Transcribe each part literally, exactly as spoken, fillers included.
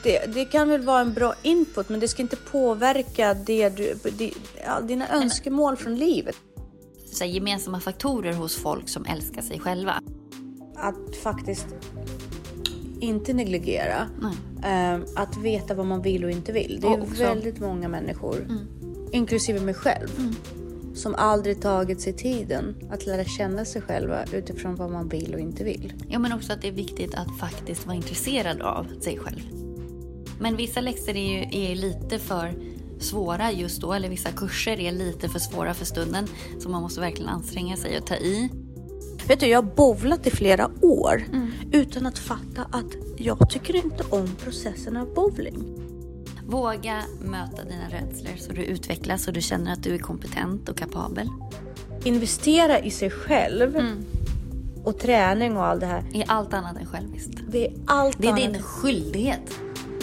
det, det kan väl vara en bra input, men det ska inte påverka det du, det, ja, dina önskemål från livet. Så gemensamma faktorer hos folk som älskar sig själva. Att faktiskt inte negligera. Mm. Att veta vad man vill och inte vill. Det är och väldigt många människor, mm. inklusive mig själv, mm. som aldrig tagit sig tiden att lära känna sig själva utifrån vad man vill och inte vill. Ja, men också att det är viktigt att faktiskt vara intresserad av sig själv. Men vissa läxor är ju är lite för svåra just då, eller vissa kurser är lite för svåra för stunden, så man måste verkligen anstränga sig och ta i. Vet du, jag har bowlat i flera år mm. utan att fatta att jag tycker inte om processen av bowling. Våga möta dina rädslor så du utvecklas och du känner att du är kompetent och kapabel. Investera i sig själv mm. och träning och allt det här. Är allt annat än själviskt. Det är allt Det är annat. din skyldighet.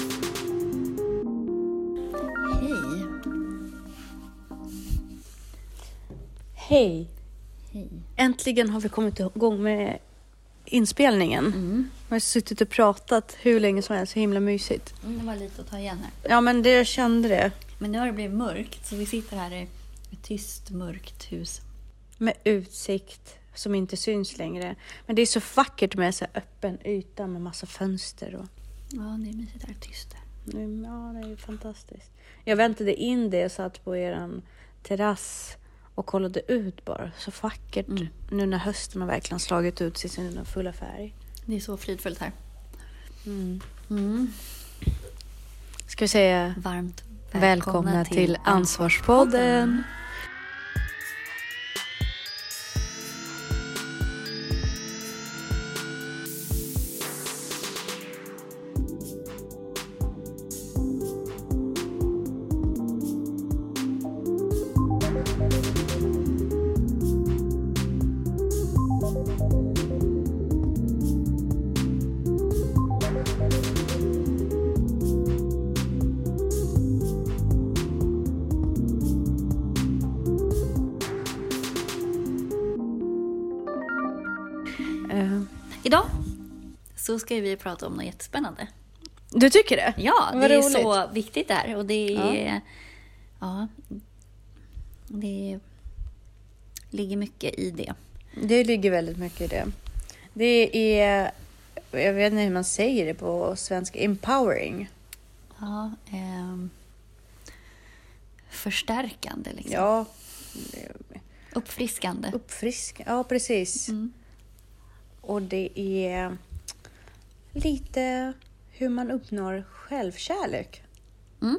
Hej. Hej. Hej. Äntligen har vi kommit igång med inspelningen. Mm. Vi har suttit och pratat hur länge som helst, så himla mysigt. Mm, det var lite att ta igen här. Ja, men det, jag kände det. Men nu har det blivit mörkt, så vi sitter här i ett tyst, mörkt hus. Med utsikt som inte syns längre. Men det är så vackert med så öppen yta med massa fönster. Och... Ja, det är mysigt här, tyst där. Ja, det är fantastiskt. Jag väntade in det och satt på eran terrass och kollade ut bara. Så vackert mm. nu när hösten har verkligen slagit ut sig sin fulla färg. Det är så fridfullt här. Mm. Mm. Ska vi säga varmt välkomna, välkomna till, till Ansvarspodden. Idag så ska vi prata om något jättespännande. Du tycker det? Ja, Vad det är roligt. Så viktigt där. Och det är, ja. ja, det ligger mycket i det. Det ligger väldigt mycket i det. Det är, jag vet inte hur man säger det på svenska, empowering. Ja, eh, förstärkande liksom. Ja. Uppfriskande. Uppfriskande, ja precis. Mm. Och det är lite hur man uppnår självkärlek. Mm.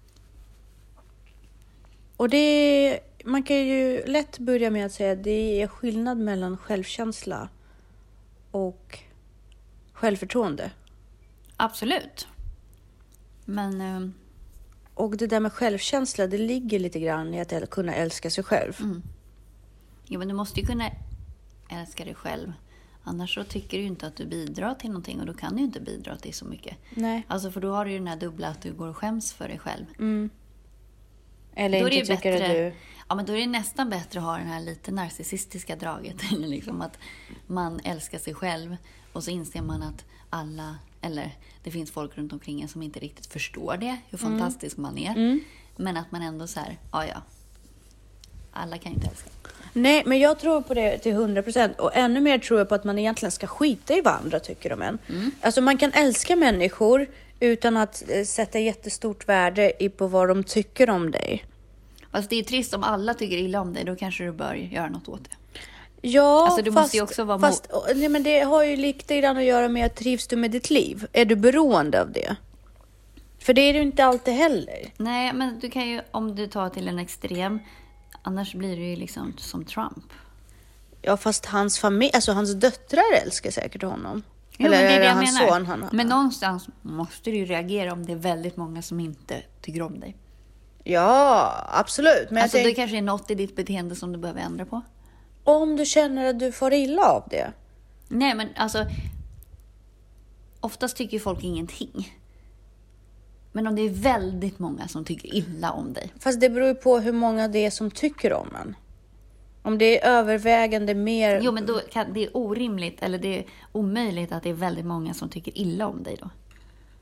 Och det är, man kan ju lätt börja med att säga att det är skillnad mellan självkänsla och självförtroende. Absolut. Men... Eh... Och det där med självkänsla, det ligger lite grann i att kunna älska sig själv. Mm. Jo, men du måste ju kunna älska dig själv. Annars så tycker du inte att du bidrar till någonting, och då kan du ju inte bidra till så mycket. Nej. Alltså, för då har du ju den här dubbla att du går och skäms för dig själv. Mm. Eller då inte är det tycker bättre, att du... Ja, men då är det nästan bättre att ha den här lite narcissistiska draget. Eller liksom att man älskar sig själv och så inser man att alla, eller det finns folk runt omkring en som inte riktigt förstår det, hur fantastisk mm. man är. Mm. Men att man ändå så här, ja ja, alla kan inte älska. Nej, men jag tror på det till hundra procent. Och ännu mer tror jag på att man egentligen ska skita i vad andra tycker om en. Mm. Alltså man kan älska människor utan att eh, sätta jättestort värde i på vad de tycker om dig. Fast det är trist om alla tycker illa om dig, då kanske du bör göra något åt det. Ja, alltså, du fast, måste ju också vara fast nej, men det har ju lite grann att göra med att trivs du med ditt liv? Är du beroende av det? För det är du inte alltid heller. Nej, men du kan ju, om du tar till en extrem, annars blir det ju liksom som Trump. Ja, fast hans familj, alltså hans döttrar älskar säkert honom. Jo, eller men det är är det det jag hans menar. son han har? Men någonstans måste du ju reagera om det är väldigt många som inte tycker om dig. Ja, absolut. Men alltså jag tänk... det kanske är något i ditt beteende som du behöver ändra på. Om du känner att du får illa av det. Nej, men alltså oftast tycker ju folk ingenting. Men om det är väldigt många som tycker illa om dig. Fast det beror ju på hur många det är som tycker om en. Om det är övervägande mer... Jo, men då kan, det är orimligt eller det är omöjligt att det är väldigt många som tycker illa om dig då.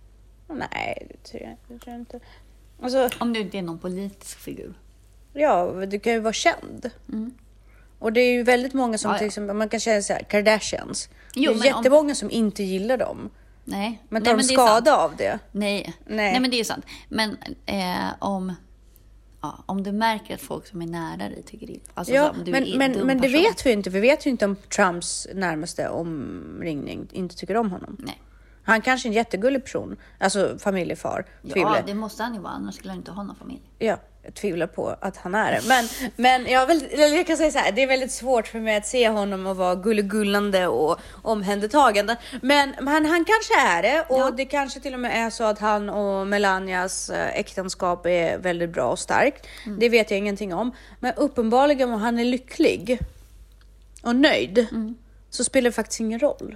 Nej, det tror jag, det tror jag inte. Alltså, om du inte är någon politisk figur. Ja, du kan ju vara känd. Mm. Och det är ju väldigt många som ja, ja. till exempel, man kan säga så här, Kardashians. Jo, det är jättemånga om... som inte gillar dem. Nej. Men tar Nej, de men skada av det? Nej. Nej. Nej, men det är ju sant. Men eh, om... Ja, om du märker att folk som är nära dig tycker illa. Alltså, ja, så, du men, är men, dum men det person. vet vi inte. Vi vet ju inte om Trumps närmaste omringning inte tycker om honom. Nej. Han kanske är en jättegullig person. Alltså familjefar. Ja, tvivlar. det måste han ju vara. Annars skulle han inte ha någon familj. Ja, jag tvivlar på att han är det. Men, men jag, vill, jag kan säga så här. Det är väldigt svårt för mig att se honom och vara gullegullande och omhändertagande. Men, men han kanske är det. Och ja. det kanske till och med är så att han och Melanias äktenskap är väldigt bra och starkt. Mm. Det vet jag ingenting om. Men uppenbarligen om han är lycklig och nöjd mm. så spelar det faktiskt ingen roll.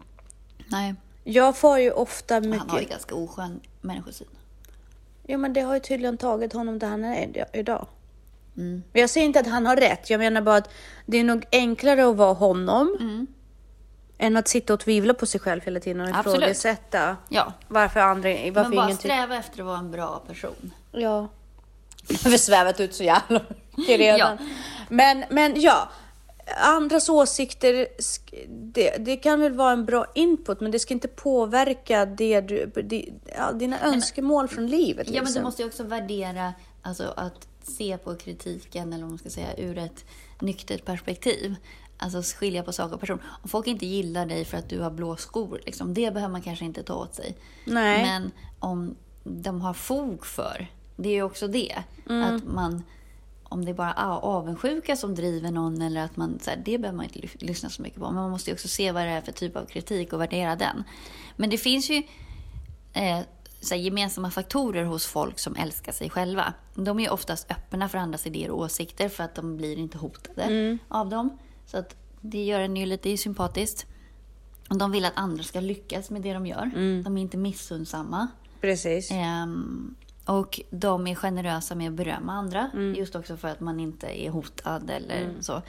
Nej. Jag får ju ofta mycket... Han har ju ganska oskön människosyn. Ja, men det har ju tydligen tagit honom där han är idag. Mm. Jag säger inte att han har rätt. Jag menar bara att det är nog enklare att vara honom mm. än att sitta och tvivla på sig själv hela tiden och ifrågasätta ja. varför andra... Varför men bara ingen sträva efter att vara en bra person. Ja. Vi har svävat ut så jävla mycket redan. ja. Men, men ja... Andras åsikter, det, det kan väl vara en bra input, men det ska inte påverka det du, det, ja, dina Nej, önskemål men, från livet. Ja, liksom. men du måste ju också värdera, alltså att se på kritiken, eller vad man ska säga, ur ett nyktert perspektiv. Alltså skilja på sak och person. Om folk inte gillar dig för att du har blå skor, liksom, det behöver man kanske inte ta åt sig. Nej. Men om de har fog för, det är ju också det. Mm. Att man... Om det är bara avundsjuka som driver någon, eller att man, så här, det behöver man inte lyssna så mycket på. Men man måste ju också se vad det är för typ av kritik och värdera den. Men det finns ju eh, så här, gemensamma faktorer hos folk som älskar sig själva. De är ju oftast öppna för andras idéer och åsikter, för att de blir inte hotade mm. av dem. Så att det gör en ju lite sympatiskt. Och de vill att andra ska lyckas med det de gör. Mm. De är inte missundsamma. Precis. Eh, Och de är generösa med att berömma andra. Mm. Just också för att man inte är hotad eller mm. så.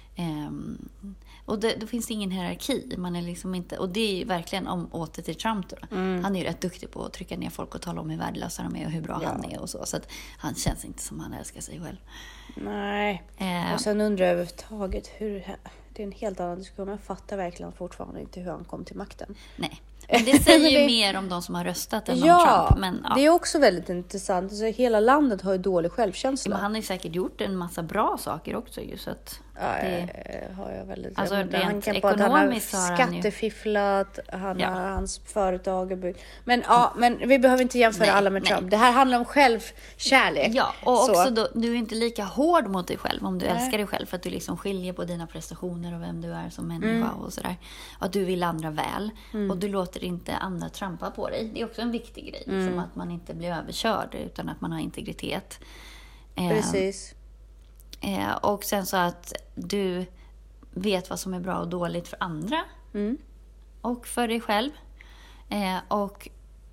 Um, och det, då finns det ingen hierarki. Man är liksom inte, och det är ju verkligen om åter till Trump då. Mm. Han är ju rätt duktig på att trycka ner folk och tala om hur värdelösa de är och hur bra ja. han är och så. Så att han känns inte som han älskar sig själv. Nej. Uh, och sen undrar jag överhuvudtaget hur... Det är en helt annan diskussion. Jag fattar verkligen fortfarande inte hur han kom till makten. Nej. Men det säger ju det... mer om de som har röstat än ja, om Trump. Men, ja, det är också väldigt intressant. Alltså, hela landet har ju dålig självkänsla. Men han har ju säkert gjort en massa bra saker också. Ju, så att ja, det har jag väldigt... Alltså, jag han kan ekonomiskt på att han har skattefifflat. Han ja. har hans företag och byggt. Men, ja, men vi behöver inte jämföra nej, alla med Trump. Nej. Det här handlar om självkärlek. Ja, och så. Också då, du är inte lika hård mot dig själv om du nej. älskar dig själv. För att du liksom skiljer på dina prestationer och vem du är som människa mm. och sådär. Att du vill andra väl. Mm. Och du låter inte andra trampa på dig. Det är också en viktig grej. Mm. Liksom att man inte blir överkörd utan att man har integritet. Precis. Eh, och sen så att du vet vad som är bra och dåligt för andra. Mm. Och för dig själv. Eh, och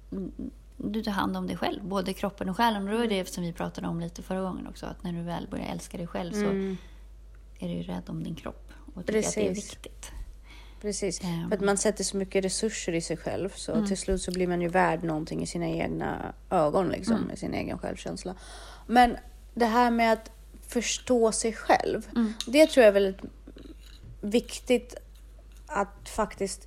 du tar hand om dig själv. Både kroppen och själen. Och då är det som vi pratade om lite förra gången också. Att när du väl börjar älska dig själv mm. så är du rädd om din kropp. Och tycker att det är viktigt. Precis, um. för att man sätter så mycket resurser i sig själv. Så mm. till slut så blir man ju värd någonting i sina egna ögon. Liksom, mm. i sin egen självkänsla. Men det här med att förstå sig själv. Mm. Det tror jag är väldigt viktigt att faktiskt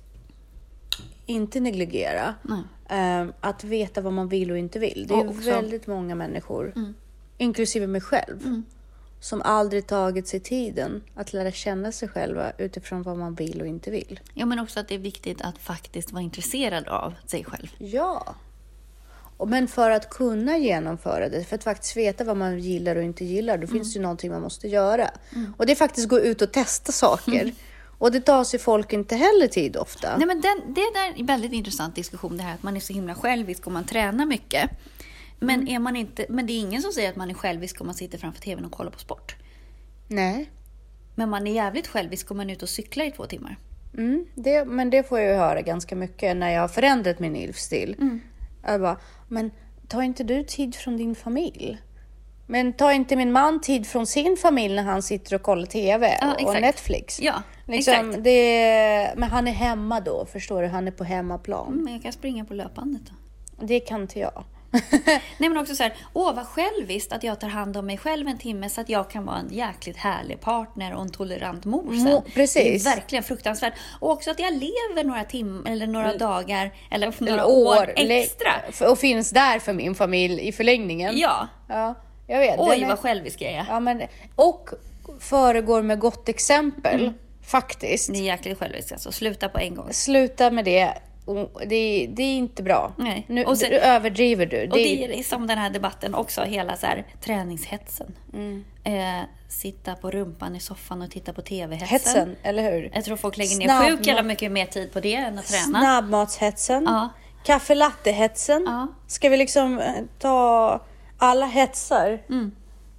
inte negligera. Mm. Um, att veta vad man vill och inte vill. Det är oh, väldigt många människor, mm. inklusive mig själv. Mm. Som aldrig tagit sig tiden att lära känna sig själva utifrån vad man vill och inte vill. Ja, men också att det är viktigt att faktiskt vara intresserad av sig själv. Ja. Och men för att kunna genomföra det, för att faktiskt veta vad man gillar och inte gillar, då mm. finns det ju någonting man måste göra. Mm. Och det är faktiskt gå ut och testa saker. Mm. Och det tar sig folk inte heller tid ofta. Nej, men den, det där är en väldigt intressant diskussion, det här att man är så himla självisk och man tränar mycket. Men, mm. är man inte, men det är ingen som säger att man är självisk om man sitter framför tvn och kollar på sport. Nej. Men man är jävligt självisk om man är ute och cyklar i två timmar. Mm, det, men det får jag ju höra ganska mycket när jag har förändrat min livsstil. Mm. Jag bara, men tar inte du tid från din familj? Men tar inte min man tid från sin familj när han sitter och kollar tv ja, och Netflix? Ja, liksom, exakt. Det, men han är hemma då, förstår du? Han är på hemmaplan. Mm, men jag kan springa på löpbandet då. Det kan inte jag. Nej, men också så här, åh vad själviskt att jag tar hand om mig själv en timme så att jag kan vara en jäkligt härlig partner och en tolerant mor sen. Mo- precis. Det är verkligen fruktansvärt. Och också att jag lever några timmar eller några Mm. dagar eller några Eller år, extra. Och finns där för min familj i förlängningen. Ja. Ja, jag vet. Oj, är... vad självisk jag är. Ja, men... Och föregår med gott exempel, Mm. faktiskt. Ni är jäkligt själviska, alltså. Sluta på en gång. Sluta med det. Det, det är inte bra. Nej. Nu Och sen, du överdriver du. Och det är som den här debatten också, hela så här, träningshetsen. Mm. Eh, sitta på rumpan i soffan och titta på tv-hetsen. Hetsen, eller hur? Jag tror folk lägger ner Snabb- sjukt jävla mycket mer tid på det än att träna. Snabbmatshetsen. Ja. Kaffe latte-hetsen. Ja. Ska vi liksom eh, ta alla hetsar? Mm.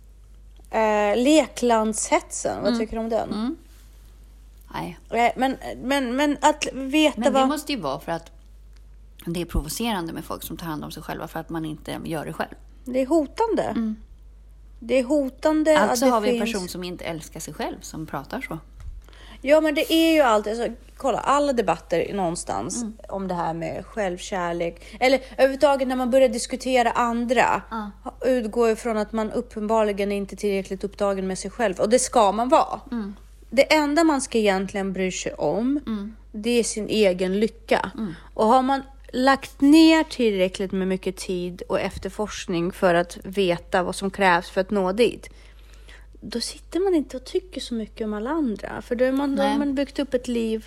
Eh, leklandshetsen, vad Mm. tycker du om den? Mm. Nej. Eh, men, men, men att veta Men det vad... måste ju vara för att det är provocerande med folk som tar hand om sig själva för att man inte gör det själv. Det är hotande. Mm. Det är hotande Alltså att det har vi en finns... person som inte älskar sig själv som pratar så. Ja, men det är ju alltid så. Kolla, alla debatter någonstans Mm. om det här med självkärlek. Eller överhuvudtaget när man börjar diskutera andra. Ja. Utgår ifrån att man uppenbarligen inte är tillräckligt upptagen med sig själv. Och det ska man vara. Mm. Det enda man ska egentligen bry sig om, Mm. det är sin egen lycka. Mm. Och har man lagt ner tillräckligt med mycket tid och efterforskning för att veta vad som krävs för att nå dit, då sitter man inte och tycker så mycket om alla andra. För då, är man, då har Nej. man byggt upp ett liv.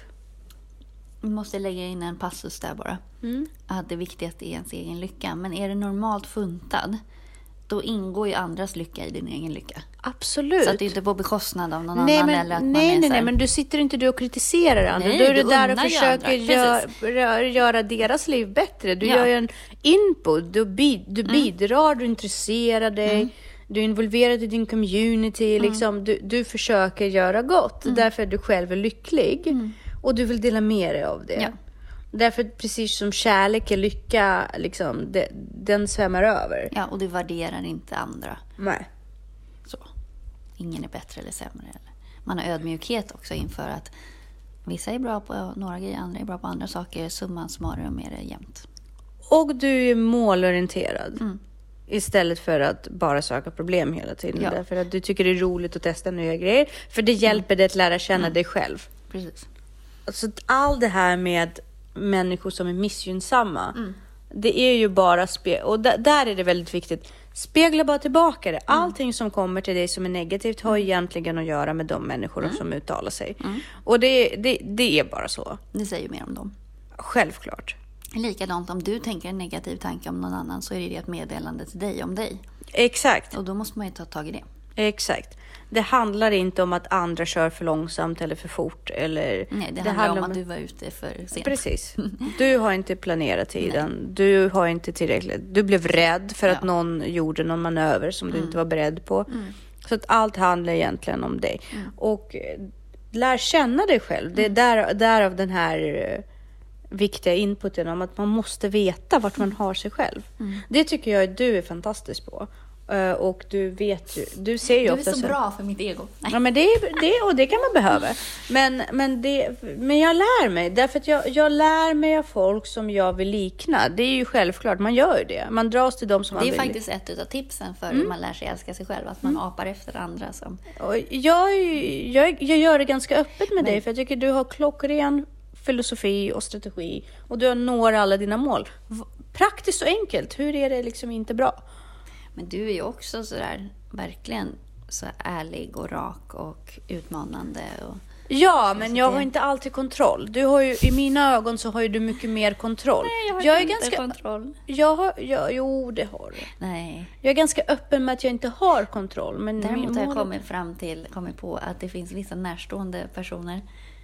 Vi måste lägga in en passus där bara. Mm. Att det viktigaste är ens egen lycka. Men är det normalt funtad, då ingår ju andras lycka i din egen lycka. Absolut. Så att det är inte på bekostnad av någon nej, annan. men, Eller att nej, man är nej, så nej, här, men du sitter inte du och kritiserar andra. Nej, du är du det där och unnar ju försöker andra. gör, Precis. gör, göra deras liv bättre. Du Ja. gör ju en input, du, bi, du Mm. bidrar, du intresserar dig. Mm. Du är involverad i din community. Mm. Liksom, du, du försöker göra gott. Mm. Därför är du själv är lycklig. Mm. Och du vill dela med dig av det. Ja. Därför precis som kärlek är lycka, liksom, det, den svämmar över. Ja, och du värderar inte andra. Nej. Så. Ingen är bättre eller sämre. Eller. Man har ödmjukhet också inför att vissa är bra på några grejer, andra är bra på andra saker. Summan summarum är det jämnt. Och du är målorienterad. Mm. Istället för att bara söka problem hela tiden. Ja. Därför att du tycker det är roligt att testa nya grejer. För det hjälper dig att lära känna Mm. dig själv. Precis. Alltså allt det här med människor som är missgynnsamma. Mm. Det är ju bara spel. Och d- där är det väldigt viktigt. Spegla bara tillbaka det. Mm. Allting som kommer till dig som är negativt har egentligen att göra med de människor Mm. som uttalar sig. Mm. Och det, det, det är bara så. Det säger mer om dem. Självklart. Likadant om du tänker en negativ tanke om någon annan så är det ett meddelande till dig om dig. Exakt. Och då måste man ju ta tag i det. Exakt. Det handlar inte om att andra kör för långsamt eller för fort. Eller Nej, det, handlar om att du var ute för sent. Precis. Du har inte planerat tiden. Du har inte tillräckligt. Du blev rädd för Ja. att någon gjorde någon manöver som du Mm. inte var beredd på. Mm. Så att allt handlar egentligen om dig. Mm. Och eh, lär känna dig själv. Det är där, därav den här eh, viktiga inputen om att man måste veta vart man har sig själv. Mm. Det tycker jag att du är fantastisk på. Eh, och du vet ju, du ser ju Du är ofta så bra för mitt ego. Nej. Ja, men det, det, och det kan man behöva. Men, men, det, men jag lär mig. Därför att jag, jag lär mig av folk som jag vill likna. Det är ju självklart, man gör ju det. Man dras till dem som man Det är vill. faktiskt ett av tipsen för hur Mm. man lär sig älska sig själv. Att man apar efter andra. Som... Och jag, jag, jag gör det ganska öppet med Men- dig. För jag tycker du har klockren filosofi och strategi. Och du når alla dina mål. V- Praktiskt och enkelt. Hur är det liksom inte bra? Men du är ju också sådär verkligen så ärlig och rak och utmanande. Och... Ja, men Så jag det- har inte alltid kontroll. Du har ju, i mina ögon så har ju du mycket mer kontroll. Nej, jag har jag är inte ganska, kontroll. jag har, jag, jo, det har du. Nej. Jag är ganska öppen med att jag inte har kontroll. Men Däremot min har jag mål- kommit fram till, kommit på att det finns vissa närstående personer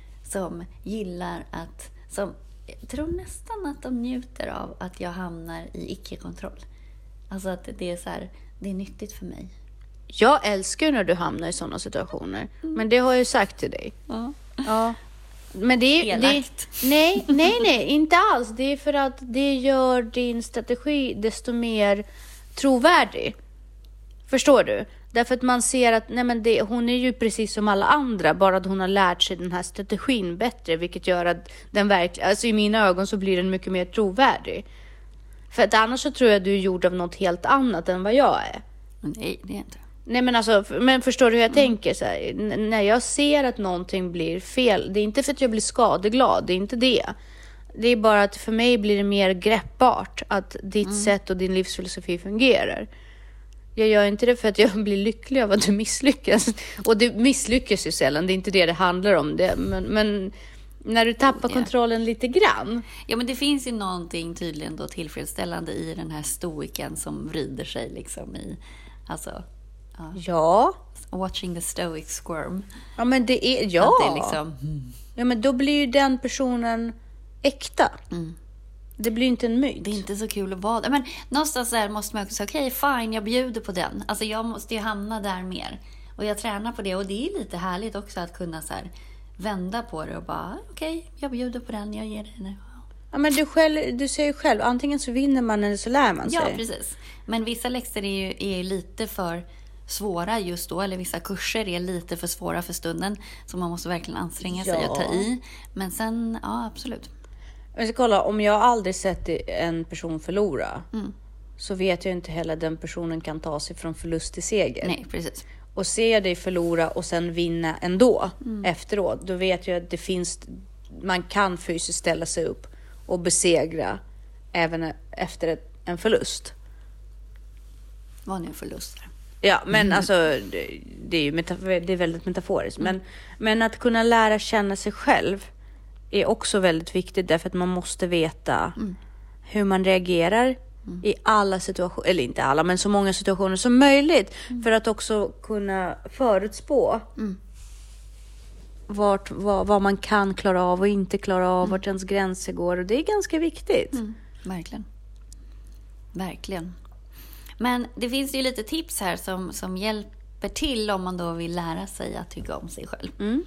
som gillar att, som jag tror nästan att de njuter av att jag hamnar i icke-kontroll. Alltså att det är så här, det är nyttigt för mig. Jag älskar när du hamnar i sådana situationer. Men det har jag ju sagt till dig. Ja. Ja. Men det är det, Elakt. nej, nej, nej, inte alls. Det är för att det gör din strategi desto mer trovärdig. Förstår du? Därför att man ser att nej men det, hon är ju precis som alla andra, bara att hon har lärt sig den här strategin bättre, vilket gör att den verkligen, alltså i mina ögon så blir den mycket mer trovärdig. För att annars så tror jag att du är gjord av något helt annat än vad jag är. Nej, det är inte. Nej, men alltså, men förstår du hur jag mm. tänker? Så här, n- när jag ser att någonting blir fel, det är inte för att jag blir skadeglad, det är inte det. Det är bara att för mig blir det mer greppbart att ditt mm. sätt och din livsfilosofi fungerar. Jag gör inte det för att jag blir lycklig av att du misslyckas. Och du misslyckas ju sällan, det är inte det det handlar om. Det. Men, men när du tappar kontrollen lite grann. Ja, men det finns ju någonting tydligen då tillfredsställande i den här stoiken som vrider sig liksom i... Alltså, ja. ja. Watching the stoic squirm. Ja, men det är... Ja. Att det är liksom, hmm. Ja, men då blir ju den personen äkta. Mm. Det blir inte en myt. Det är inte så kul att vara. Men någonstans där måste man också säga, okej, okay, fine, jag bjuder på den. Alltså jag måste ju hamna där mer. Och jag tränar på det. Och det är lite härligt också att kunna så här vända på det och bara, okej, okay, jag bjuder på den, jag ger dig det. Ja, men du, själv, du säger ju själv, antingen så vinner man eller så lär man sig. Ja, precis. Men vissa läxor är ju är lite för svåra just då. Eller vissa kurser är lite för svåra för stunden. Så man måste verkligen anstränga sig ja. och ta i. Men sen, ja, absolut. Jag ska kolla, om jag aldrig sett en person förlora mm. så vet jag inte heller att den personen kan ta sig från förlust till seger. Nej, precis. Och ser jag dig förlora och sen vinna ändå mm. efteråt, då vet jag att det finns, man kan fysiskt ställa sig upp och besegra även efter ett, en förlust. Vad nu en förlust är. Ja, men mm. alltså det, det är ju metaf- det är väldigt metaforiskt. Mm. Men, men att kunna lära känna sig själv är också väldigt viktigt, därför att man måste veta mm. hur man reagerar mm. i alla situationer, eller inte alla, men så många situationer som möjligt mm. för att också kunna förutspå mm. vart, vad, vad man kan klara av och inte klara av, mm. vart ens gränser går, och det är ganska viktigt. Mm. Verkligen. Verkligen. Men det finns ju lite tips här som, som hjälper till om man då vill lära sig att tycka om sig själv. Mm.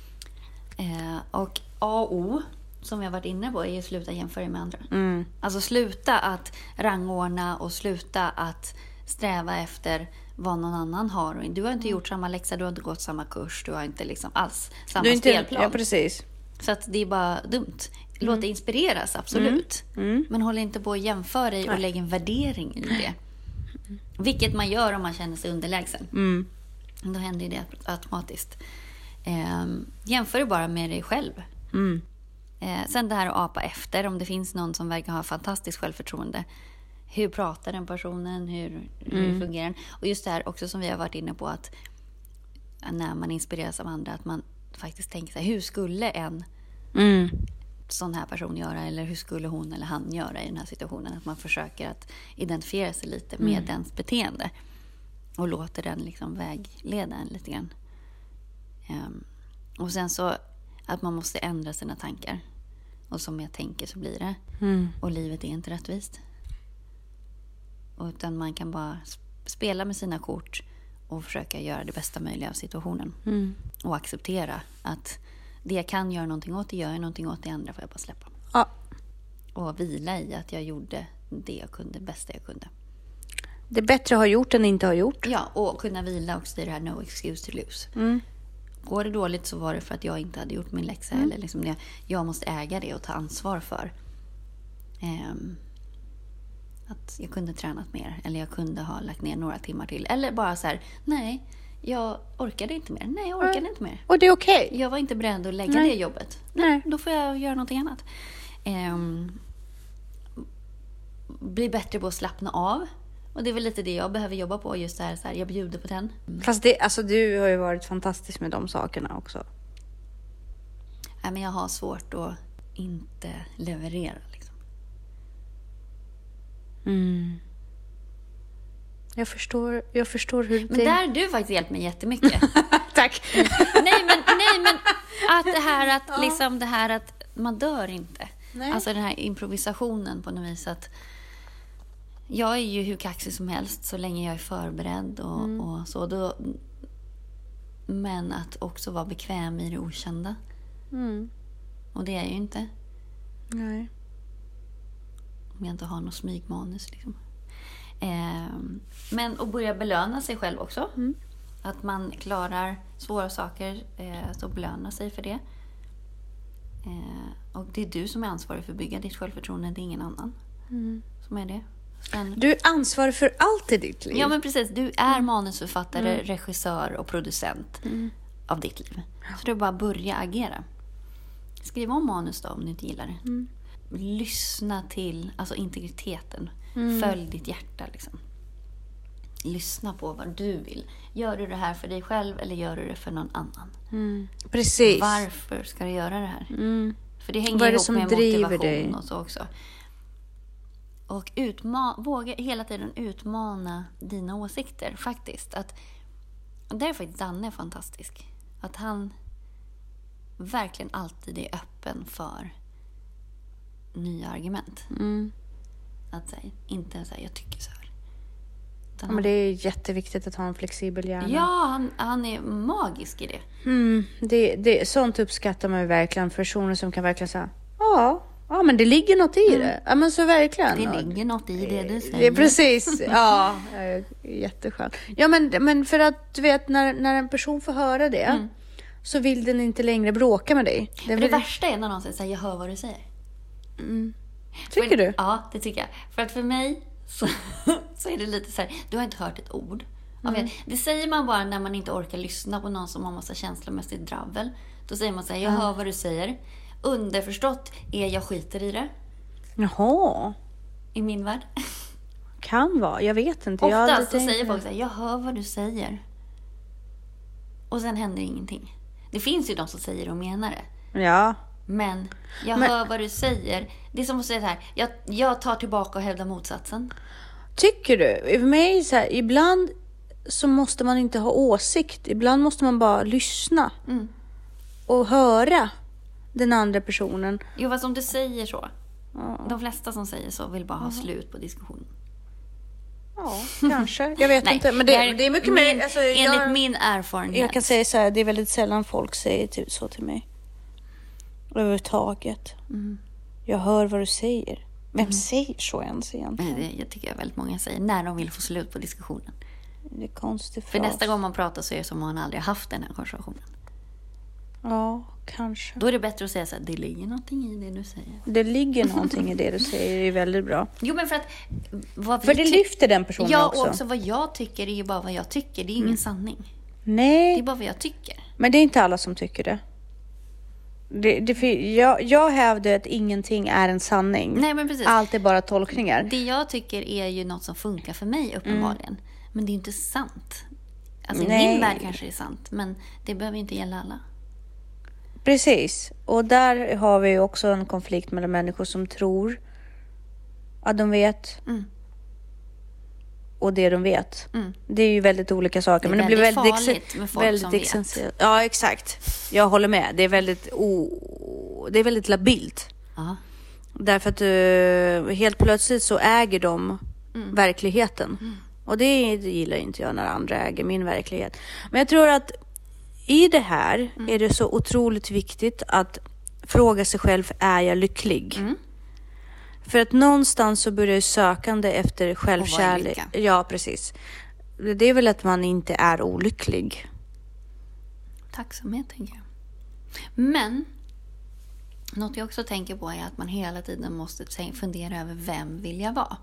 Eh, och A och O, som jag varit inne på, är att sluta jämföra med andra. Mm. Alltså sluta att rangordna och sluta att sträva efter vad någon annan har. Du har inte gjort samma läxa, du har inte gått samma kurs, du har inte liksom alls samma du inte, spelplan. Ja, precis. Så att det är bara dumt. Låt mm. dig inspireras, absolut. Mm. Mm. Men håll inte på att jämföra dig och lägga en värdering i det. Mm. Vilket man gör om man känner sig underlägsen. Mm. Då händer det automatiskt. Eh, jämför bara med dig själv. Mm. Eh, sen det här att apa efter. Om det finns någon som verkar ha fantastiskt självförtroende. Hur pratar den personen? Hur, hur mm. fungerar den? Och just det här också som vi har varit inne på. Att när man inspireras av andra. Att man faktiskt tänker sig. Hur skulle en mm. sån här person göra? Eller hur skulle hon eller han göra i den här situationen? Att man försöker att identifiera sig lite med mm. dens beteende. Och låter den liksom vägleda en lite grann. Um, och sen så att man måste ändra sina tankar. Och som jag tänker så blir det. Mm. Och livet är inte rättvist. Utan man kan bara spela med sina kort och försöka göra det bästa möjliga av situationen. Mm. Och acceptera att det jag kan göra någonting åt, det gör jag någonting åt, det andra får jag bara släppa. Ja. Och vila i att jag gjorde det jag kunde, bästa jag kunde. Det är bättre att ha gjort än inte ha gjort. Ja, och kunna vila också i det här no excuse to lose. Mm. Går det dåligt så var det för att jag inte hade gjort min läxa. Mm. Eller liksom det, jag måste äga det och ta ansvar för. Um, att jag kunde tränat mer. Eller jag kunde ha lagt ner några timmar till. Eller bara så här, nej, jag orkade inte mer. Nej, jag orkade mm. inte mer. Och det är okej. Okay. Jag var inte beredd att lägga nej. det jobbet. Nej, nej, då får jag göra något annat. Um, bli bättre på att slappna av. Och det är väl lite det jag behöver jobba på. Just det här, så här jag bjuder på den. Mm. Fast det, alltså, du har ju varit fantastisk med de sakerna också. Nej, men jag har svårt att inte leverera. Liksom. Mm. Jag förstår, jag förstår hur det... Men där har du faktiskt hjälpt mig jättemycket. Tack. Mm. Nej, men, nej, men att det här att, ja. liksom det här att man dör inte. Nej. Alltså den här improvisationen på något vis att jag är ju hur kaxig som helst så länge jag är förberedd och, mm. och så. Då, men att också vara bekväm i det okända. Mm. Och det är jag ju inte. Nej. Om jag inte har något smygmanus. Liksom. Eh, men att börja belöna sig själv också. Mm. Att man klarar svåra saker eh, så belöna sig för det. Eh, och det är du som är ansvarig för att bygga ditt självförtroende, det är ingen annan. Mm. Som är det. Sen... Du är ansvarig för allt i ditt liv. Ja, men precis. Du är manusförfattare, mm. regissör och producent mm. av ditt liv. Så du bara börja agera. Skriv om manus då om du inte gillar det. Mm. Lyssna till alltså integriteten. Mm. Följ ditt hjärta liksom. Lyssna på vad du vill. Gör du det här för dig själv eller gör du det för någon annan? Mm. Precis. Varför ska du göra det här? Mm. För det hänger vad är det ihop som med driver motivation dig? Och så också. Och utma- våga hela tiden utmana dina åsikter faktiskt. Att, och där är faktiskt Danne fantastisk. Att han verkligen alltid är öppen för nya argument. Mm. Att säga, inte säga jag tycker så här. Ja, men det är jätteviktigt att ha en flexibel hjärna. Ja, han, han är magisk i det. Mm, det, det. Sånt uppskattar man ju verkligen. Personer som kan verkligen säga ja, ja men det ligger något i mm. det. Ja, men så verkligen. Det ligger något i det du säger. Det är precis. Ja, jätteskönt. Ja, men, men för att du vet, när, när en person får höra det mm. så vill den inte längre bråka med dig. Det, det värsta är när någon säger jag hör vad du säger. Mm. Tycker för, du? Ja, det tycker jag. För att för mig så, så är det lite så här, du har inte hört ett ord. Mm. Det säger man bara när man inte orkar lyssna på någon som har massa känslomässigt dravel. Då säger man så här, jag mm. hör vad du säger. Underförstått är jag skiter i det. Jaha. I min värld. Kan vara, jag vet inte. Oftast så säger folk så här, jag hör vad du säger. Och sen händer ingenting. Det finns ju de som säger och menar det. Ja. Men jag Men... hör vad du säger. Det är som att säga så här, jag, jag tar tillbaka och hävdar motsatsen. Tycker du? För mig så här, ibland så måste man inte ha åsikt. Ibland måste man bara lyssna. Mm. Och höra den andra personen. Jo, fast om du säger så. Ja. De flesta som säger så vill bara ha ja. slut på diskussionen. Ja, kanske. Jag vet Nej, inte. Men det, det, är, det är mycket min, mer... Alltså, enligt jag, min erfarenhet. Jag kan säga så här, det är väldigt sällan folk säger typ så till mig. Överhuvudtaget. Mm. Jag hör vad du säger. Vem mm. säger så ens egentligen? Det, jag tycker att väldigt många säger när de vill få slut på diskussionen. Det är konstigt för, för oss. nästa gång man pratar så är det som om man aldrig har haft den här konversationen. Ja, kanske. Då är det bättre att säga så här, det ligger någonting i det du säger. Det ligger någonting i det du säger, det är väldigt bra. Jo, men för att... Vad för det ty- lyfter den personen ja, också. Ja, och också vad jag tycker är ju bara vad jag tycker. Det är ingen mm. sanning. Nej. Det är bara vad jag tycker. Men det är inte alla som tycker det. det, det jag, jag hävdar att ingenting är en sanning. Nej, men precis. Allt är bara tolkningar. Det jag tycker är ju något som funkar för mig uppenbarligen. Mm. Men det är inte sant. Alltså i min värld kanske det är sant. Men det behöver inte gälla alla. Precis. Och där har vi också en konflikt mellan människor som tror att de vet mm. och det de vet. Mm. Det är ju väldigt olika saker. Det är men väldigt det blir väldigt farligt ex- med folk väldigt som ex- vet. Ja, exakt. Jag håller med. Det är väldigt, o- det är väldigt labilt. Aha. Därför att uh, helt plötsligt så äger de mm. verkligheten. Mm. Och det, det gillar inte jag när andra äger min verklighet. Men jag tror att i det här mm. är det så otroligt viktigt att fråga sig själv, är jag lycklig? Mm. För att någonstans så börjar sökande efter självkärlek. Ja, precis. Det är väl att man inte är olycklig. Tacksamhet, tänker jag. Men något jag också tänker på är att man hela tiden måste fundera över vem vill jag vara?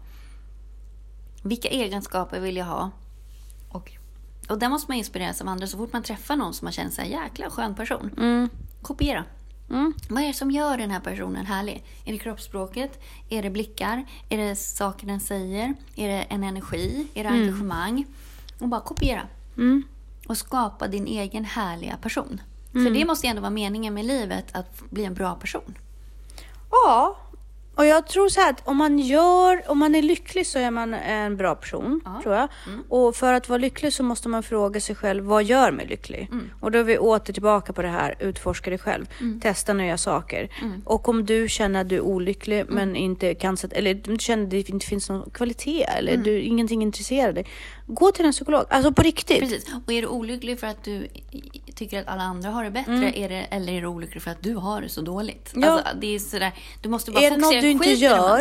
Vilka egenskaper vill jag ha? Och Och där måste man inspireras av andra. Så fort man träffar någon som man känner sig jäkla skön person. Mm. Kopiera. Mm. Vad är det som gör den här personen härlig? Är det kroppsspråket? Är det blickar? Är det saker den säger? Är det en energi? Är det mm. engagemang? Och bara kopiera. Mm. Och skapa din egen härliga person. Mm. För det måste ändå vara meningen med livet, att bli en bra person. Ja. Och jag tror så här att om man gör, om man är lycklig så är man en bra person, ja. tror jag. Mm. Och för att vara lycklig så måste man fråga sig själv, vad gör mig lycklig? Mm. Och då är vi åter tillbaka på det här, utforska dig själv. Mm. Testa nya saker. Mm. Och om du känner att du är olycklig mm. men inte kan sätta, eller du känner att det inte finns någon kvalitet eller mm. du ingenting intresserar dig, gå till en psykolog. Alltså på riktigt. Precis. Och är du olycklig för att du tycker att alla andra har det bättre mm. är det, eller är du olycklig för att du har det så dåligt? Ja. Alltså, det är sådär, du måste bara är det något du inte gör,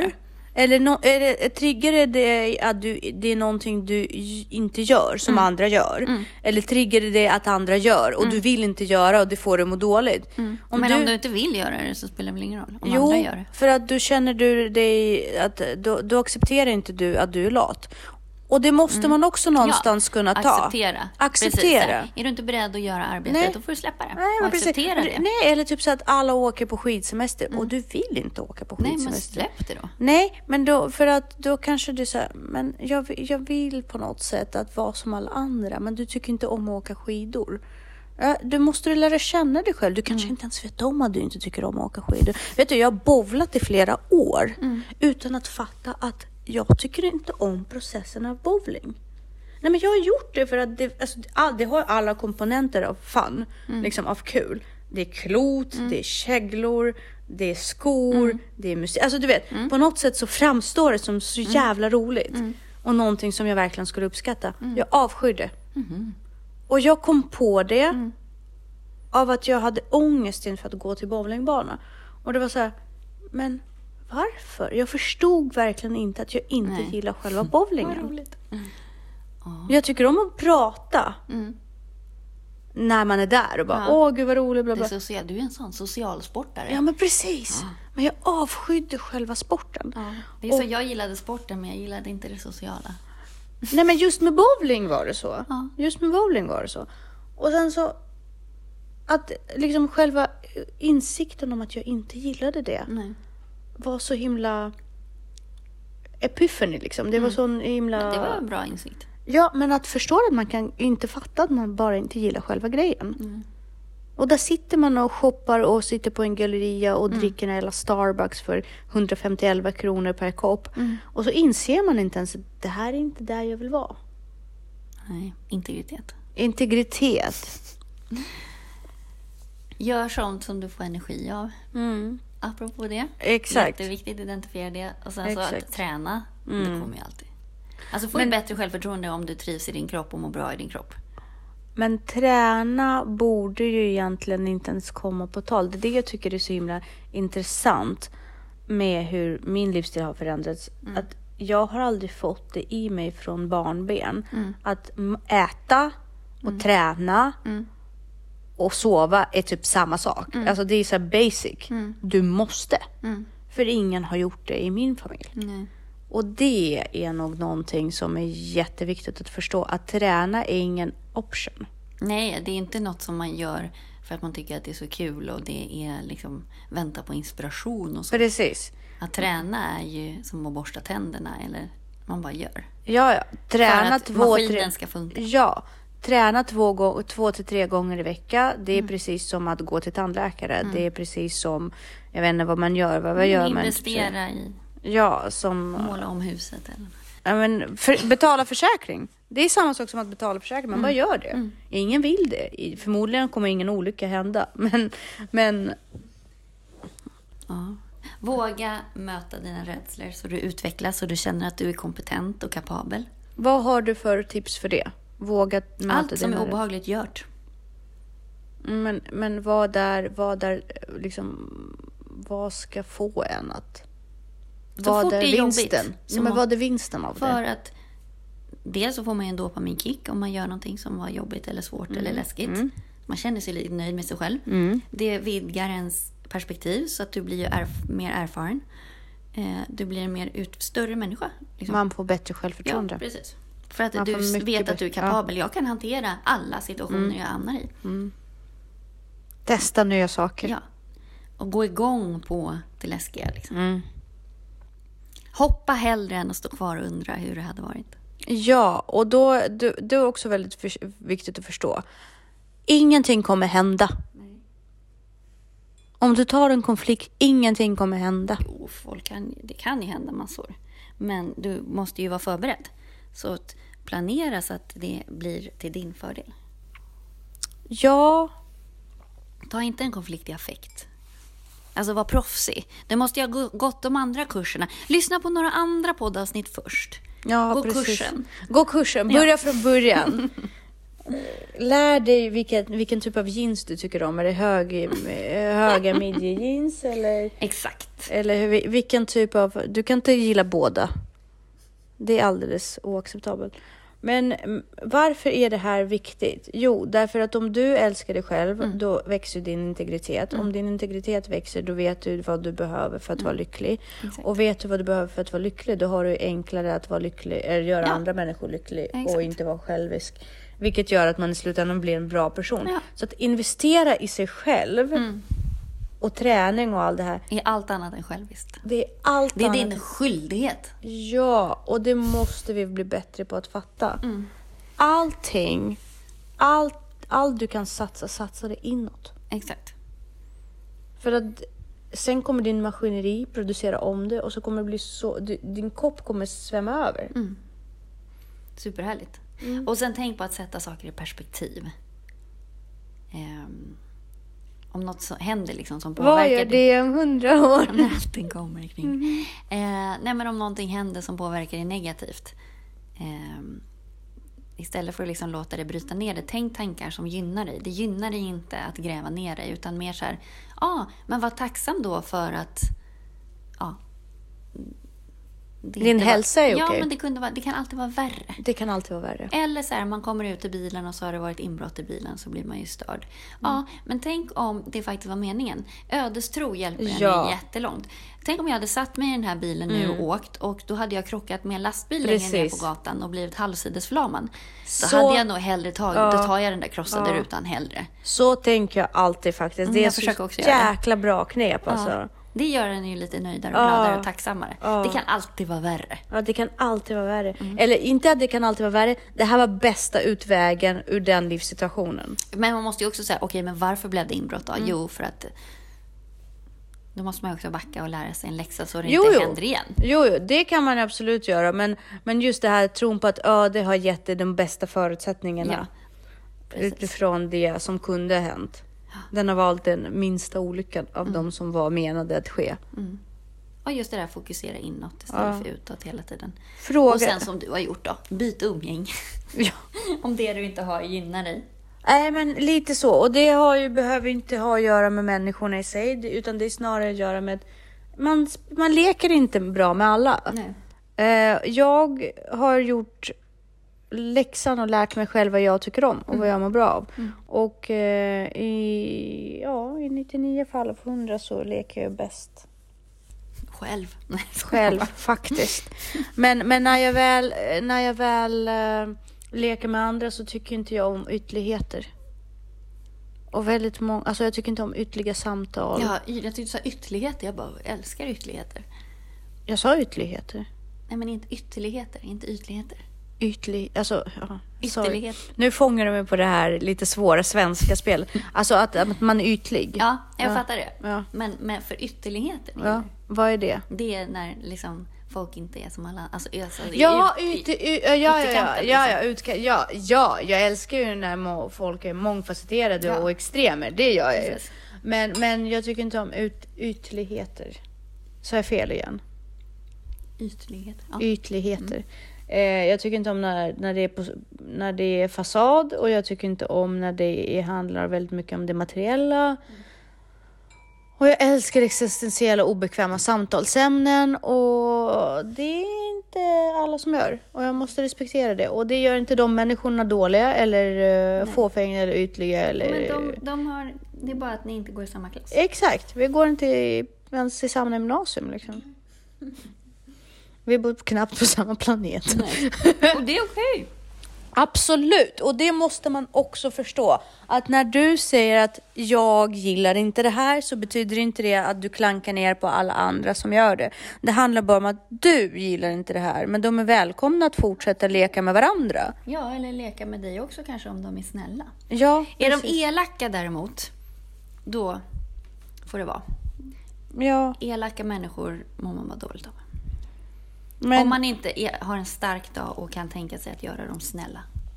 Eller no, är det, triggar det dig att du, det är någonting du inte gör som mm. andra gör? Mm. Eller triggar det dig att andra gör och mm. du vill inte göra och det får dig må dåligt? Mm. Om Men du, om du inte vill göra det så spelar det väl ingen roll om jo, andra gör det? För att då känner du dig att då, då accepterar inte du att du är lat. Och det måste mm. man också någonstans ja, kunna ta. Acceptera. Acceptera. Är du inte beredd att göra arbetet, nej. Då får du släppa det. Nej, och acceptera precis. det. Nej, eller typ så att alla åker på skidsemester och mm. du vill inte åka på skidsemester. Nej, men släpp det då. Nej, men då, för att då kanske du säger, men jag, jag vill på något sätt att vara som alla andra, men du tycker inte om att åka skidor. Du måste lära känna dig själv. Du kanske mm. inte ens vet om att du inte tycker om att åka skidor. Vet du, jag har bowlat i flera år mm. utan att fatta att jag tycker inte om processen av bowling. Nej, men jag har gjort det för att det, alltså, det har alla komponenter av fun, mm. liksom av kul. Det är klot, mm. det är käglor, det är skor, mm. det är musik. Alltså du vet, mm. på något sätt så framstår det som så jävla mm. roligt. Mm. Och någonting som jag verkligen skulle uppskatta. Mm. Jag avskyr det. Mm. Och jag kom på det mm. av att jag hade ångest inför att gå till bowlingbana. Och det var så här, men varför? Jag förstod verkligen inte att jag inte Nej. gillar själva bowlingen. Mm. Oh. Jag tycker om att prata mm. när man är där och bara, ja. åh gud vad roligt. Bla, bla. Det är social, du är en sån socialsportare. Ja, men precis. Ja. Men jag avskydde själva sporten. Ja. Det är och, så jag gillade sporten, men jag gillade inte det sociala. Nej, men just med bowling var det så. Ja. Just med bowling var det så. Och sen så att liksom själva insikten om att jag inte gillade det. Nej. Var så himla epiphany liksom. Det mm. var så himla... Men det var en bra insikt. Ja, men att förstå att man kan inte fatta att man bara inte gillar själva grejen. Mm. Och där sitter man och shoppar och sitter på en galleria och mm. dricker en hela Starbucks för hundrafemtioelva kronor per kopp. Mm. Och så inser man inte ens att det här är inte där jag vill vara. Nej, integritet. Integritet. Gör sånt som du får energi av. Mm. Apropå det. Exakt. Jätteviktigt att identifiera det. Och sen Exakt. så att träna, mm. det kommer ju alltid. Alltså få Men, ett bättre självförtroende om du trivs i din kropp och mår bra i din kropp. Men träna borde ju egentligen inte ens komma på tal. Det är det jag tycker är så himla intressant med hur min livsstil har förändrats. Mm. Att jag har aldrig fått det i mig från barnben. Mm. Att äta och mm. träna mm. och sova är typ samma sak. Mm. Alltså det är så basic. Mm. Du måste. Mm. För ingen har gjort det i min familj. Mm. Och det är nog någonting som är jätteviktigt att förstå. Att träna är ingen option. Nej, det är inte något som man gör för att man tycker att det är så kul. Och det är liksom vänta på inspiration och så. Precis. Att träna är ju som att borsta tänderna. Eller man bara gör. Ja, ja. Träna för att två, maskinen tre... ska funka. Ja. Träna två, gå- två till tre gånger i vecka. Det är mm. precis som att gå till tandläkare. Mm. Det är precis som, jag vet inte vad man gör. Vad, vad gör man? Investera i. Ja, som... Måla om huset eller... Ja, men för, betala försäkring. Det är samma sak som att betala försäkring. Man mm. bara gör det. Mm. Ingen vill det. Förmodligen kommer ingen olycka hända. Men... men... Ja. Våga möta dina rädslor så du utvecklas och du känner att du är kompetent och kapabel. Vad har du för tips för det? Våga möta Allt som är obehagligt gjort. Men, men vad där... Vad där liksom... Vad ska få en att... Så vad är vinsten? Jobbigt, ja, men vad är vinsten av för det? För att dels så får man ju en dopaminkick om man gör någonting som var jobbigt eller svårt mm. eller läskigt. Mm. Man känner sig lite nöjd med sig själv. Mm. Det vidgar ens perspektiv så att du blir erf- mer erfaren. Eh, du blir en mer ut- större människa. Liksom. Man får bättre självförtroende. Ja, precis. För att man du vet att du är kapabel. Ja. Jag kan hantera alla situationer mm. jag hamnar i. Mm. Testa nya saker. Ja. Och gå igång på det läskiga. Liksom. Mm. Hoppa hellre än att stå kvar och undra hur det hade varit. Ja, och då det, det är också väldigt för, viktigt att förstå. Ingenting kommer hända. Nej. Om du tar en konflikt, ingenting kommer hända. Jo, folk kan, det kan ju hända massor. Men du måste ju vara förberedd. Så att planera så att det blir till din fördel. Ja. Ta inte en konflikt i affekt. Alltså var proffsig. Du måste ju ha gått de andra kurserna. Lyssna på några andra poddavsnitt först. Ja, Gå precis. kursen. Gå kursen. Börja ja. från början. lär dig vilken, vilken typ av jeans du tycker om. Är det hög, höga midjejeans eller? Exakt. Eller vilken typ av, du kan inte gilla båda. Det är alldeles oacceptabelt. Men varför är det här viktigt? Jo, därför att om du älskar dig själv, mm. då växer din integritet. Mm. Om din integritet växer, då vet du vad du behöver för att mm. vara lycklig. Exakt. Och vet du vad du behöver för att vara lycklig, då har du enklare att vara lycklig, eller göra ja. andra människor lycklig. Exakt. Och inte vara självisk. Vilket gör att man i slutändan blir en bra person. Ja. Så att investera i sig själv mm. och träning och allt det här. Är allt annat än själviskt. Det är allt Det är annat. din skyldighet. Ja, och det måste vi bli bättre på att fatta. Mm. Allting, allt, allt du kan satsa, satsa det inåt. Exakt. För att sen kommer din maskineri producera om det och så kommer det bli så, din kopp kommer svämma över. Mm. Superhärligt. Mm. Och sen tänk på att sätta saker i perspektiv. Um. Om något som händer liksom som påverkar... Vad gör det om hundra år? När allting kommer kring. Mm. Eh, nej, men om någonting händer som påverkar dig negativt. Eh, istället för att liksom låta det bryta ner det. Tänk tankar som gynnar dig. Det gynnar dig inte att gräva ner dig. Utan mer så här... Ja, ah, men var tacksam då för att... Ja... Ah, din hälsa är okej. Ja, men det, kunde vara, det kan alltid vara värre. Det kan alltid vara värre. Eller så här, man kommer ut i bilen och så har det varit inbrott i bilen, så blir man ju störd. Mm. Ja, men tänk om det faktiskt var meningen. Ödestro hjälper en ja. jättelångt. Tänk om jag hade satt mig i den här bilen nu mm. och åkt, och då hade jag krockat med en lastbil längre ner på gatan och blivit halvsidesförlamad. Då så, hade jag nog hellre tagit, ja. då tar jag den där krossade ja. rutan hellre. Så tänker jag alltid faktiskt. Mm, det är så också jäkla bra knep alltså. Ja. Det gör en ju lite nöjdare och gladare ja. och tacksammare. Ja. Det kan alltid vara värre. Ja, det kan alltid vara värre. Mm. Eller inte att det kan alltid vara värre. Det här var bästa utvägen ur den livssituationen. Men man måste ju också säga, okej, okay, men varför blev det inbrott då? Mm. Jo, för att då måste man också backa och lära sig en läxa så det jo, inte jo. händer igen. Jo, jo, det kan man absolut göra. Men, men just det här tron på att ja, det har gett dig de bästa förutsättningarna ja, utifrån det som kunde ha hänt. Den har valt den minsta olyckan av mm. de som var menade att ske. Mm. Och just det där, fokusera inåt istället ja. för utåt hela tiden. Fråga. Och sen som du har gjort då, byt umgäng. Ja. Om det du inte har gynnar dig. Nej, men lite så. Och det har ju, behöver inte ha att göra med människorna i sig. Utan det är snarare att göra med... Man, man leker inte bra med alla. Nej. Uh, jag har gjort... läxan och lärt mig själv vad jag tycker om och mm. vad jag mår bra av. Mm. Och eh, i, ja, i nittionio fall av hundra så leker jag bäst. Själv? Själv, faktiskt. Men, men när jag väl, när jag väl äh, leker med andra så tycker inte jag om ytterligheter. Och väldigt många, alltså jag tycker inte om ytterliga samtal. Ja, jag tyckte du sa ytterligheter. Jag bara älskar ytterligheter. Jag sa ytterligheter. Nej, men inte ytterligheter, inte ytligheter. Ytlig, alltså, ja, Ytterlighet. Nu fångar du mig på det här lite svåra svenska spel. Alltså att, att man är ytlig. Ja, jag ja. fattar det. Ja. Men, men för ytterligheter. Ja, vad är det? Det är när liksom folk inte är som alla. Alltså, alltså ja, ut, ut, ut, ut, ja, ja, ja, ja, ja, utka, ja, ja, jag älskar ju när må, folk är mångfacetterade ja. och extremer. Det gör jag ju. Men, men jag tycker inte om ut, ytligheter. Så är jag fel igen. Ytligheter. Ja. Ytligheter. Mm. Jag tycker inte om när, när, det är på, när det är fasad, och jag tycker inte om när det är, handlar väldigt mycket om det materiella. Mm. Och jag älskar existentiella obekväma samtalsämnen, och det är inte alla som gör. Och jag måste respektera det. Och det gör inte de människorna dåliga eller uh, fåfänga eller ytliga. Eller... Men de, de har, det är bara att ni inte går i samma klass. Exakt, vi går inte i, ens i samma gymnasium liksom. Mm. Vi bor knappt på samma planet. Nej. Och det är okej. Absolut. Och det måste man också förstå. Att när du säger att jag gillar inte det här, så betyder inte det att du klankar ner på alla andra som gör det. Det handlar bara om att du gillar inte det här. Men de är välkomna att fortsätta leka med varandra. Ja, eller leka med dig också kanske om de är snälla. Ja, är precis. De elaka däremot, då får det vara. Ja. Elaka människor mår man vara dåligt av. Men, om man inte är, har en stark dag och kan tänka sig att göra dem snälla.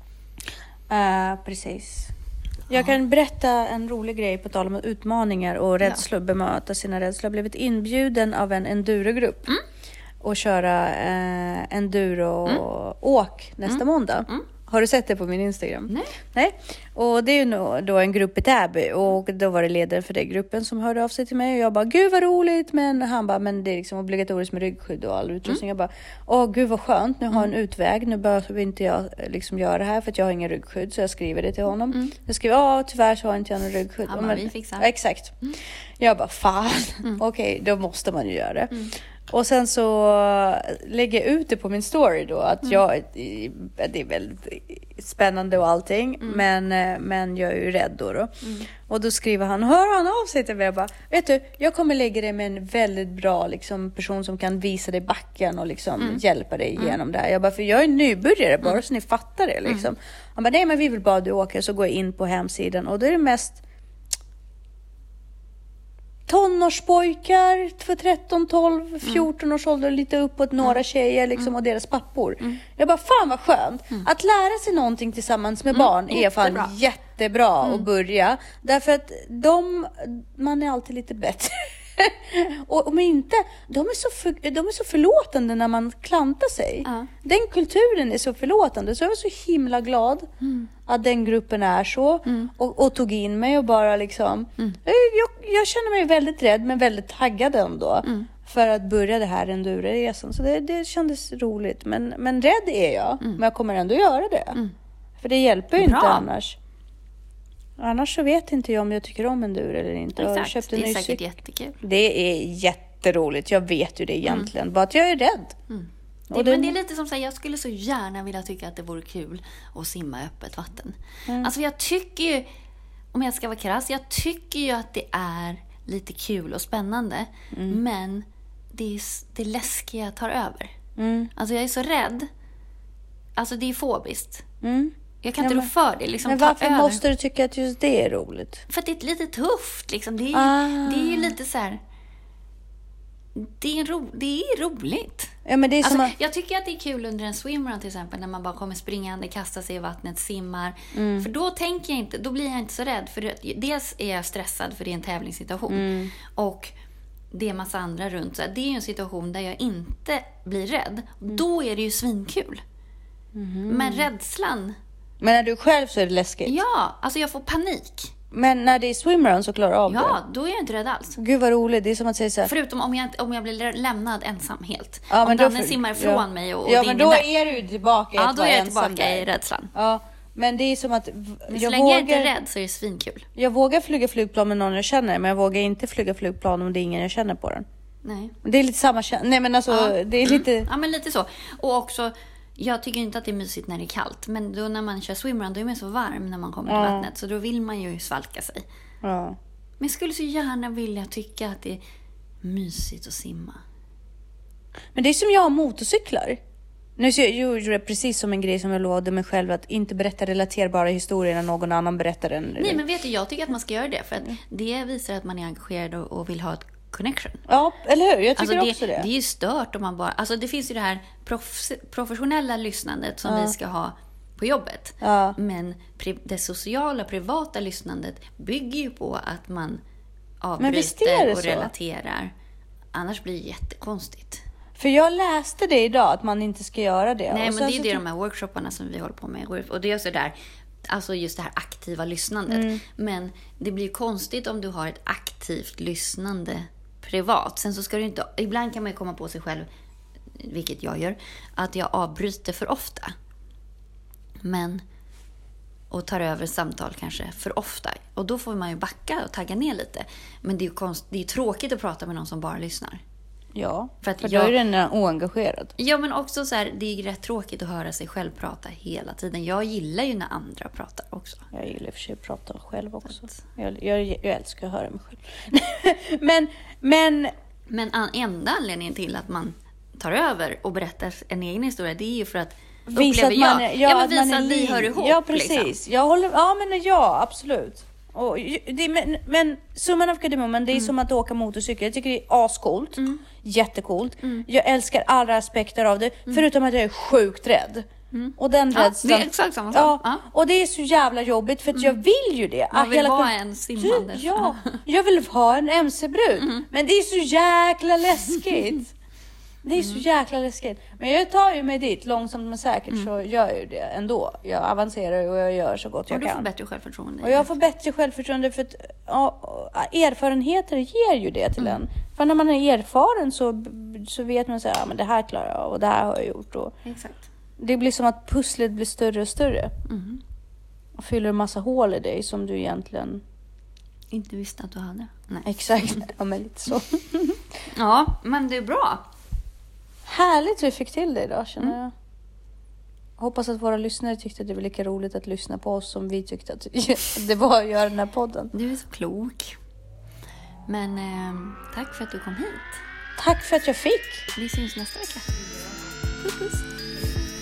Uh, precis. Jag ja. kan berätta en rolig grej på tal om utmaningar och rädslor. Ja. Bemöta sina rädslor. Jag har blivit inbjuden av en endurogrupp. Mm. Och köra uh, enduro mm. åk nästa mm. måndag. Mm. Har du sett det på min Instagram? Nej. Nej. Och det är ju nog då en grupp i Täby. Och då var det ledaren för den gruppen som hörde av sig till mig. Och jag bara, gud vad roligt. Men han bara, men det är liksom obligatoriskt med ryggskydd och all utrustning. Mm. Jag bara, åh gud vad skönt. Nu har jag en utväg. Nu behöver inte jag liksom göra det här för att jag har ingen ryggskydd. Så jag skriver det till honom. Mm. Jag skriver, ja tyvärr så har inte jag någon ryggskydd. Han bara, vi fixar. Ja, exakt. Mm. Jag bara, fan. Mm. Okej, okay, då måste man ju göra det. Mm. Och sen så lägger jag ut det på min story då. Att mm. jag, det är väldigt spännande och allting. Mm. Men, men jag är ju rädd då. då. Mm. Och då skriver han, hör han av sig till mig. Jag bara, vet du, jag kommer lägga dig med en väldigt bra liksom, person som kan visa dig backen och liksom, mm. hjälpa dig igenom mm. det här. Jag bara, för jag är nybörjare bara mm. så ni fattar det. Liksom. Mm. Han bara, nej men vi vill bara du åker. Så går jag in på hemsidan och då är det mest tonårspojkar för tretton, tolv, fjorton års ålder, lite uppåt, några mm. tjejer liksom, mm. och deras pappor. Mm. Jag bara, fan vad skönt. Mm. Att lära sig någonting tillsammans med mm. barn är fan jättebra, jättebra mm. att börja. Därför att de, man är alltid lite bättre. Och om inte, de är, så för, de är så förlåtande när man klantar sig. Uh. Den kulturen är så förlåtande. Så jag var så himla glad mm. att den gruppen är så. Mm. Och, och tog in mig och bara liksom... Mm. Jag, jag känner mig väldigt rädd men väldigt taggad ändå. Mm. För att börja det här enduro-resan. Så det, det kändes roligt. Men, men rädd är jag. Mm. Men jag kommer ändå göra det. Mm. För det hjälper ju Bra. inte annars. Annars så vet inte jag om jag tycker om enduro eller inte. Exakt, jag köpte det är ny säkert cyk- jättekul. Det är jätteroligt, jag vet ju det egentligen. Mm. Bara att jag är rädd. Mm. Det, det... Men det är lite som så här, jag skulle så gärna vilja tycka att det vore kul att simma i öppet vatten. Mm. Alltså jag tycker ju, om jag ska vara krass, jag tycker ju att det är lite kul och spännande. Mm. Men det, är, det läskiga tar över. Mm. Alltså jag är så rädd. Alltså det är fobiskt. Mm. Jag kan inte ja, men, rå för det. Liksom, men varför över. Måste du tycka att just det är roligt? För att det är lite tufft. Liksom. Det, är, ah. det är ju lite så här... Det är, ro, det är roligt. Ja, men det är alltså, som att... Jag tycker att det är kul under en swimrun till exempel. När man bara kommer springande, kastar sig i vattnet, simmar. Mm. För då tänker jag inte, då blir jag inte så rädd. För det, dels är jag stressad för det är en tävlingssituation. Mm. Och det är en massa andra runt. Så det är ju en situation där jag inte blir rädd. Mm. Då är det ju svinkul. Mm. Men rädslan... Men när du själv så är det läskigt? Ja, alltså jag får panik. Men när det är swimrun så klarar du av ja, det? Ja, då är jag inte rädd alls. Gud vad roligt, det är som att säga så här. Förutom om jag, om jag blir lämnad ensam helt. Ja, om Danne för... simmar ifrån ja. mig och, och ja, men då där. Är du tillbaka i ja, att då är jag ensam tillbaka där. i rädslan. Ja, men det är som att... Men jag så länge vågar... jag inte är rädd så är det svinkul. Jag vågar flyga flygplan med någon jag känner, men jag vågar inte flyga flygplan om det är ingen jag känner på den. Nej. Det är lite samma... Nej, men alltså, ja. det är lite... Mm. Ja, men lite så. Och också... Jag tycker inte att det är mysigt när det är kallt. Men då när man kör swimrun, då är man så varm när man kommer till ja. vattnet. Så då vill man ju svalka sig. Ja. Men jag skulle så gärna vilja tycka att det är mysigt att simma. Men det är som jag har motorcyklar. Nu så jag gjorde det precis som en grej som jag lovade mig själv. Att inte berätta relaterbara historier när någon annan berättar den. Nej, men vet du, jag tycker att man ska göra det. För att det visar att man är engagerad och, och vill ha ett connection. Ja, eller hur? Jag tycker alltså det, också det. Det är ju stört om man bara... Alltså det finns ju det här prof, professionella lyssnandet som ja. vi ska ha på jobbet. Ja. Men pri, det sociala, privata lyssnandet bygger ju på att man avbryter och så? relaterar. Annars blir det jättekonstigt. För jag läste det idag, att man inte ska göra det. Nej, och men det är det ty- de här workshopparna som vi håller på med. Och det är så där... Alltså just det här aktiva lyssnandet. Mm. Men det blir ju konstigt om du har ett aktivt lyssnande privat. Sen så ska du inte... Ibland kan man ju komma på sig själv, vilket jag gör, att jag avbryter för ofta. Men... Och tar över samtal kanske för ofta. Och då får man ju backa och tagga ner lite. Men det är ju konst, det är tråkigt att prata med någon som bara lyssnar. Ja, för, att för jag, då är den oengagerad. Ja, men också så här, det är rätt tråkigt att höra sig själv prata hela tiden. Jag gillar ju när andra pratar också. Jag gillar i och för sig att prata själv också. Jag, jag, jag älskar att höra mig själv. men, men... Men an, enda anledningen till att man tar över och berättar en egen historia, det är ju för att visa att man är, ja, ja, men visa att, man är att vi hör ihop. Ja, precis. Liksom. Jag håller, ja, men ja, absolut. Och det, men, men summan av kardemumman, det är mm. som att åka motorcykel. Jag tycker det är ascoolt. Mm. Jättecoolt. Mm. Jag älskar alla aspekter av det. Mm. Förutom att jag är sjukt rädd. Mm. Och den ja, rädslan. Det är exakt samma sak. Ja, ja. Och det är så jävla jobbigt. För att mm. jag vill ju det. Man vill hela vara kun- en simmande. Ja, jag vill ha en M C-brud. Mm. Men det är så jäkla läskigt. Det är så jäkla läskigt. Men jag tar ju mig dit långsamt men säkert mm. så gör jag ju det ändå. Jag avancerar och jag gör så gott jag kan. Och du får bättre självförtroende. Och jag får bättre självförtroende för att ja, erfarenheter ger ju det till mm. en. För när man är erfaren så, så vet man så här, ja, men det här klarar jag och det här har jag gjort. Och exakt. Det blir som att pusslet blir större och större. Mm. Och fyller en massa hål i dig som du egentligen inte visste att du hade. Nej. Exakt, ja men lite så. Ja, men det är bra. Härligt att vi fick till det idag, känner mm. jag. Hoppas att våra lyssnare tyckte att det var lika roligt att lyssna på oss som vi tyckte att det var att göra den här podden. Du är så klok. Men eh, tack för att du kom hit. Tack för att jag fick. Vi syns nästa vecka. Puss puss.